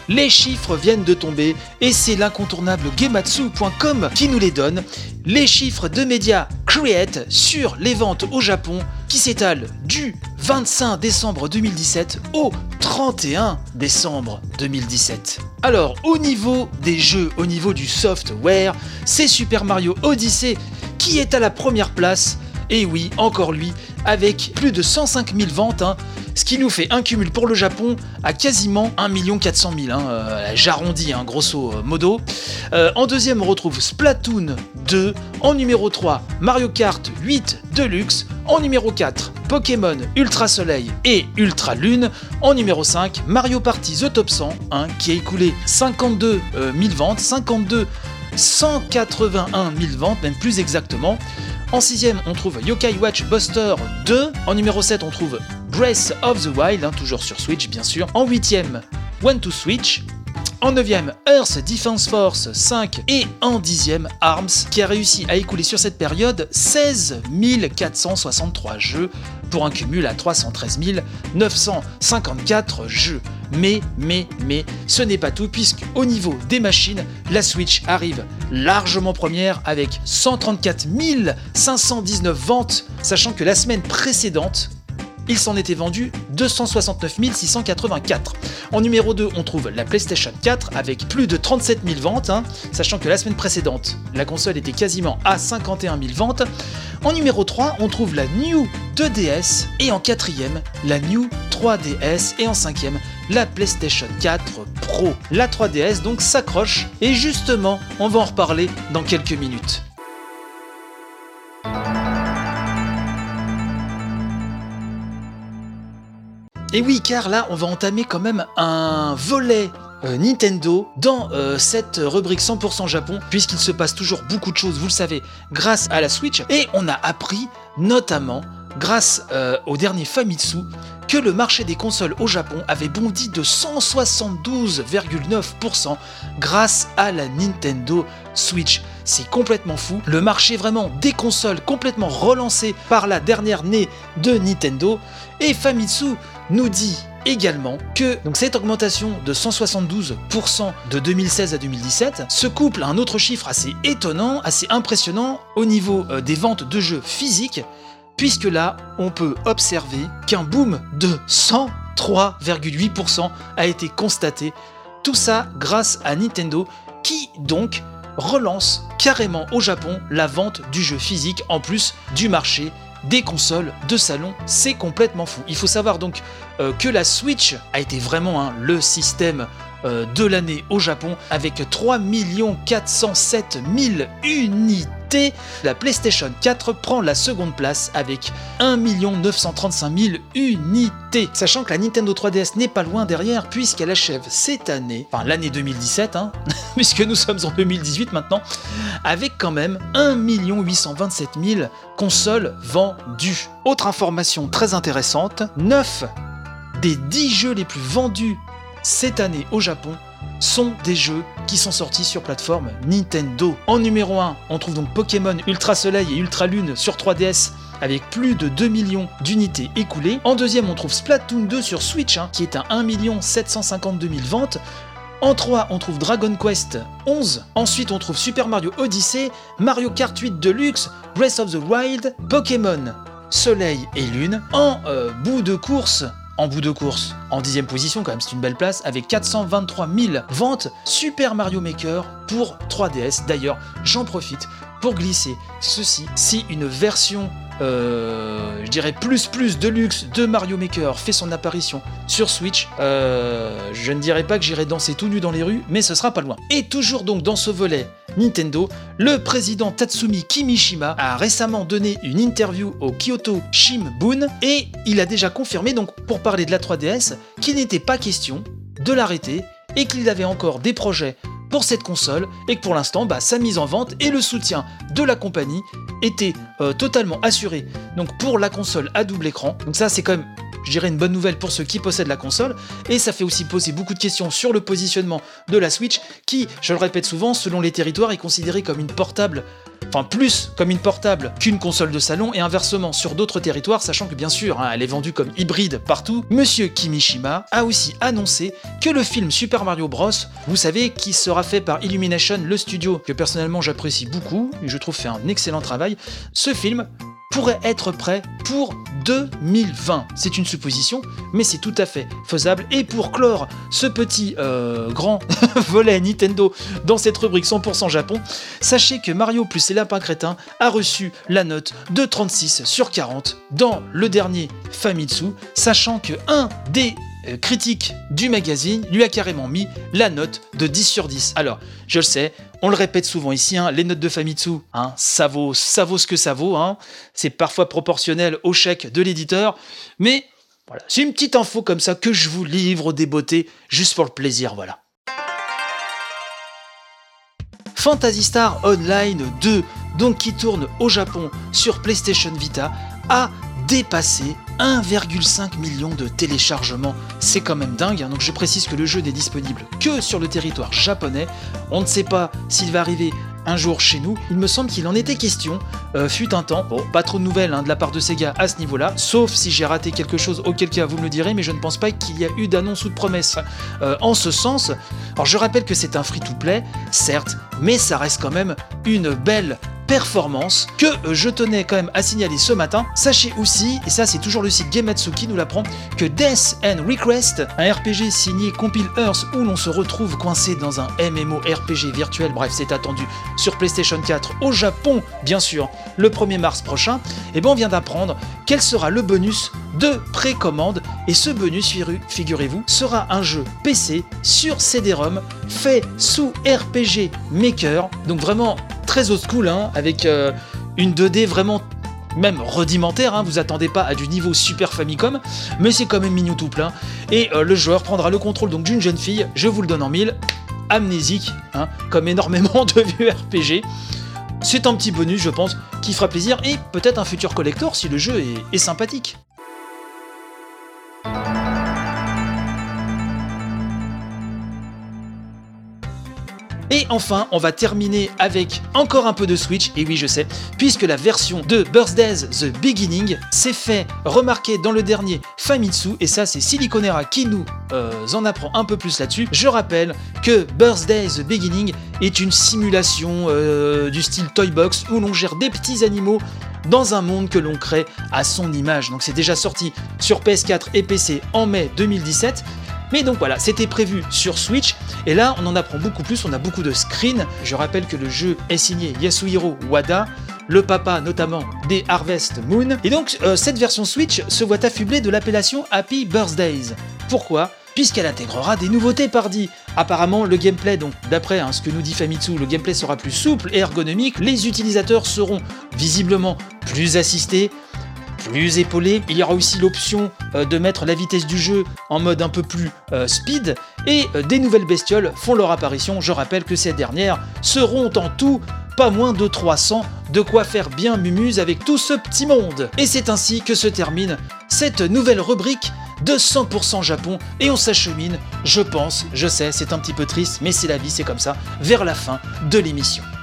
Les chiffres viennent de tomber et c'est l'incontournable Gematsu.com qui nous les donne. Les chiffres de médias Create sur les ventes au Japon qui s'étalent du 25 décembre 2017 au 31 décembre 2017. Alors, au niveau des jeux, au niveau du software, c'est Super Mario Odyssey qui est à la première place. Et oui, encore lui, avec plus de 105 000 ventes, ce qui nous fait un cumul pour le Japon à quasiment 1 400 000, j'arrondis, grosso modo. En deuxième, on retrouve Splatoon 2. En numéro 3, Mario Kart 8 Deluxe. En numéro 4, Pokémon Ultra Soleil et Ultra Lune. En numéro 5, Mario Party The Top 100, qui a écoulé 52 000 ventes, 181 000 ventes, même plus exactement. En 6ème, on trouve Yokai Watch Buster 2. En numéro 7, on trouve Breath of the Wild, toujours sur Switch bien sûr. En 8ème, One to Switch. En 9ème, Earth Defense Force 5. Et en 10ème, ARMS, qui a réussi à écouler sur cette période 16 463 jeux pour un cumul à 313 954 jeux. Mais, ce n'est pas tout, puisque au niveau des machines, la Switch arrive largement première avec 134 519 ventes, sachant que la semaine précédente, il s'en était vendu 269 684. En numéro 2, on trouve la PlayStation 4 avec plus de 37 000 ventes, sachant que la semaine précédente, la console était quasiment à 51 000 ventes. En numéro 3, on trouve la New 2DS, et en 4ème, la New 3DS, et en 5ème, la PlayStation 4 Pro. La 3DS donc s'accroche, et justement, on va en reparler dans quelques minutes. Et oui, car là, on va entamer quand même un volet Nintendo dans cette rubrique 100% Japon, puisqu'il se passe toujours beaucoup de choses, vous le savez, grâce à la Switch. Et on a appris, notamment, grâce au dernier Famitsu, que le marché des consoles au Japon avait bondi de 172,9% grâce à la Nintendo Switch. C'est complètement fou. Le marché vraiment des consoles complètement relancé par la dernière née de Nintendo. Et Famitsu nous dit également que donc, cette augmentation de 172% de 2016 à 2017 se couple à un autre chiffre assez étonnant, assez impressionnant au niveau des ventes de jeux physiques, puisque là, on peut observer qu'un boom de 103,8% a été constaté. Tout ça grâce à Nintendo, qui donc relance carrément au Japon la vente du jeu physique en plus du marché des consoles de salon. C'est complètement fou. Il faut savoir donc que la Switch a été vraiment le système de l'année au Japon avec 3 407 000 unités. La PlayStation 4 prend la seconde place avec 1 935 000 unités. Sachant que la Nintendo 3DS n'est pas loin derrière puisqu'elle achève cette année, enfin l'année 2017, puisque nous sommes en 2018 maintenant, avec quand même 1 827 000 consoles vendues. Autre information très intéressante, 9 des 10 jeux les plus vendus cette année au Japon sont des jeux qui sont sortis sur plateforme Nintendo. En numéro 1, on trouve donc Pokémon Ultra Soleil et Ultra Lune sur 3DS avec plus de 2 millions d'unités écoulées. En deuxième, on trouve Splatoon 2 sur Switch qui est à 1 752 000 ventes. En 3, on trouve Dragon Quest 11. Ensuite, on trouve Super Mario Odyssey, Mario Kart 8 Deluxe, Breath of the Wild, Pokémon Soleil et Lune. En bout de course, en 10e position quand même, c'est une belle place, avec 423 000 ventes, Super Mario Maker pour 3DS. D'ailleurs, j'en profite pour glisser ceci. Si une version, je dirais plus de luxe de Mario Maker fait son apparition sur Switch, je ne dirais pas que j'irai danser tout nu dans les rues, mais ce sera pas loin. Et toujours donc dans ce volet Nintendo, le président Tatsumi Kimishima a récemment donné une interview au Kyoto Shimbun et il a déjà confirmé, donc pour parler de la 3DS, qu'il n'était pas question de l'arrêter et qu'il avait encore des projets pour cette console et que pour l'instant, sa mise en vente et le soutien de la compagnie étaient totalement assurés donc pour la console à double écran. Donc ça, c'est quand même, je dirais, une bonne nouvelle pour ceux qui possèdent la console, et ça fait aussi poser beaucoup de questions sur le positionnement de la Switch, qui, je le répète souvent, selon les territoires, est considérée comme une portable enfin plus comme une portable qu'une console de salon et inversement sur d'autres territoires, sachant que bien sûr, elle est vendue comme hybride partout, Monsieur Kimishima a aussi annoncé que le film Super Mario Bros, vous savez, qui sera fait par Illumination, le studio que personnellement j'apprécie beaucoup et je trouve fait un excellent travail, ce film pourrait être prêt pour 2020. C'est une supposition, mais c'est tout à fait faisable. Et pour clore ce petit grand volet Nintendo dans cette rubrique 100% Japon, sachez que Mario plus les lapins crétins a reçu la note de 36 sur 40 dans le dernier Famitsu, sachant que un des critique du magazine lui a carrément mis la note de 10 sur 10. Alors, je le sais, on le répète souvent ici, les notes de Famitsu, ça vaut ce que ça vaut, c'est parfois proportionnel au chèque de l'éditeur, mais voilà, c'est une petite info comme ça que je vous livre des beautés, juste pour le plaisir, voilà. Phantasy Star Online 2, donc qui tourne au Japon sur PlayStation Vita, a dépassé 1,5 million de téléchargements. C'est quand même dingue, donc je précise que le jeu n'est disponible que sur le territoire japonais. On ne sait pas s'il va arriver un jour chez nous. Il me semble qu'il en était question, fut un temps. Bon, pas trop de nouvelles de la part de Sega à ce niveau-là, sauf si j'ai raté quelque chose, auquel cas vous me le direz, mais je ne pense pas qu'il y a eu d'annonce ou de promesse en ce sens. Alors je rappelle que c'est un free-to-play, certes, mais ça reste quand même une belle performance que je tenais quand même à signaler ce matin. Sachez aussi, et ça c'est toujours le site Gematsu qui nous l'apprend, que Death and Request, un RPG signé Compile Earth où l'on se retrouve coincé dans un MMORPG virtuel, bref c'est attendu sur PlayStation 4 au Japon bien sûr le 1er mars prochain, et on vient d'apprendre quel sera le bonus de précommande, et ce bonus, figurez-vous, sera un jeu PC sur CD-ROM fait sous RPG Maker, donc vraiment très old school, avec une 2D vraiment même rudimentaire, vous attendez pas à du niveau Super Famicom, mais c'est quand même mignon tout plein, et le joueur prendra le contrôle donc d'une jeune fille, je vous le donne en mille, amnésique, comme énormément de vieux RPG. C'est un petit bonus, je pense, qui fera plaisir, et peut-être un futur collector si le jeu est sympathique. Et enfin, on va terminer avec encore un peu de Switch, et oui je sais, puisque la version de Birthdays The Beginning s'est fait remarquer dans le dernier Famitsu, et ça c'est Siliconera qui nous en apprend un peu plus là-dessus. Je rappelle que Birthdays The Beginning est une simulation du style Toy Box, où l'on gère des petits animaux dans un monde que l'on crée à son image. Donc c'est déjà sorti sur PS4 et PC en mai 2017. Mais donc voilà, c'était prévu sur Switch, et là on en apprend beaucoup plus, on a beaucoup de screens. Je rappelle que le jeu est signé Yasuhiro Wada, le papa notamment des Harvest Moon, et donc cette version Switch se voit affublée de l'appellation Happy Birthdays. Pourquoi ? Puisqu'elle intégrera des nouveautés pardi. Apparemment, le gameplay, donc d'après ce que nous dit Famitsu, le gameplay sera plus souple et ergonomique, les utilisateurs seront visiblement plus assistés, plus épaulé. Il y aura aussi l'option de mettre la vitesse du jeu en mode un peu plus speed, et des nouvelles bestioles font leur apparition. Je rappelle que ces dernières seront en tout pas moins de 300, de quoi faire bien mumuse avec tout ce petit monde. Et c'est ainsi que se termine cette nouvelle rubrique de 100% Japon, et on s'achemine, je pense, je sais, c'est un petit peu triste, mais c'est la vie, c'est comme ça, vers la fin de l'émission.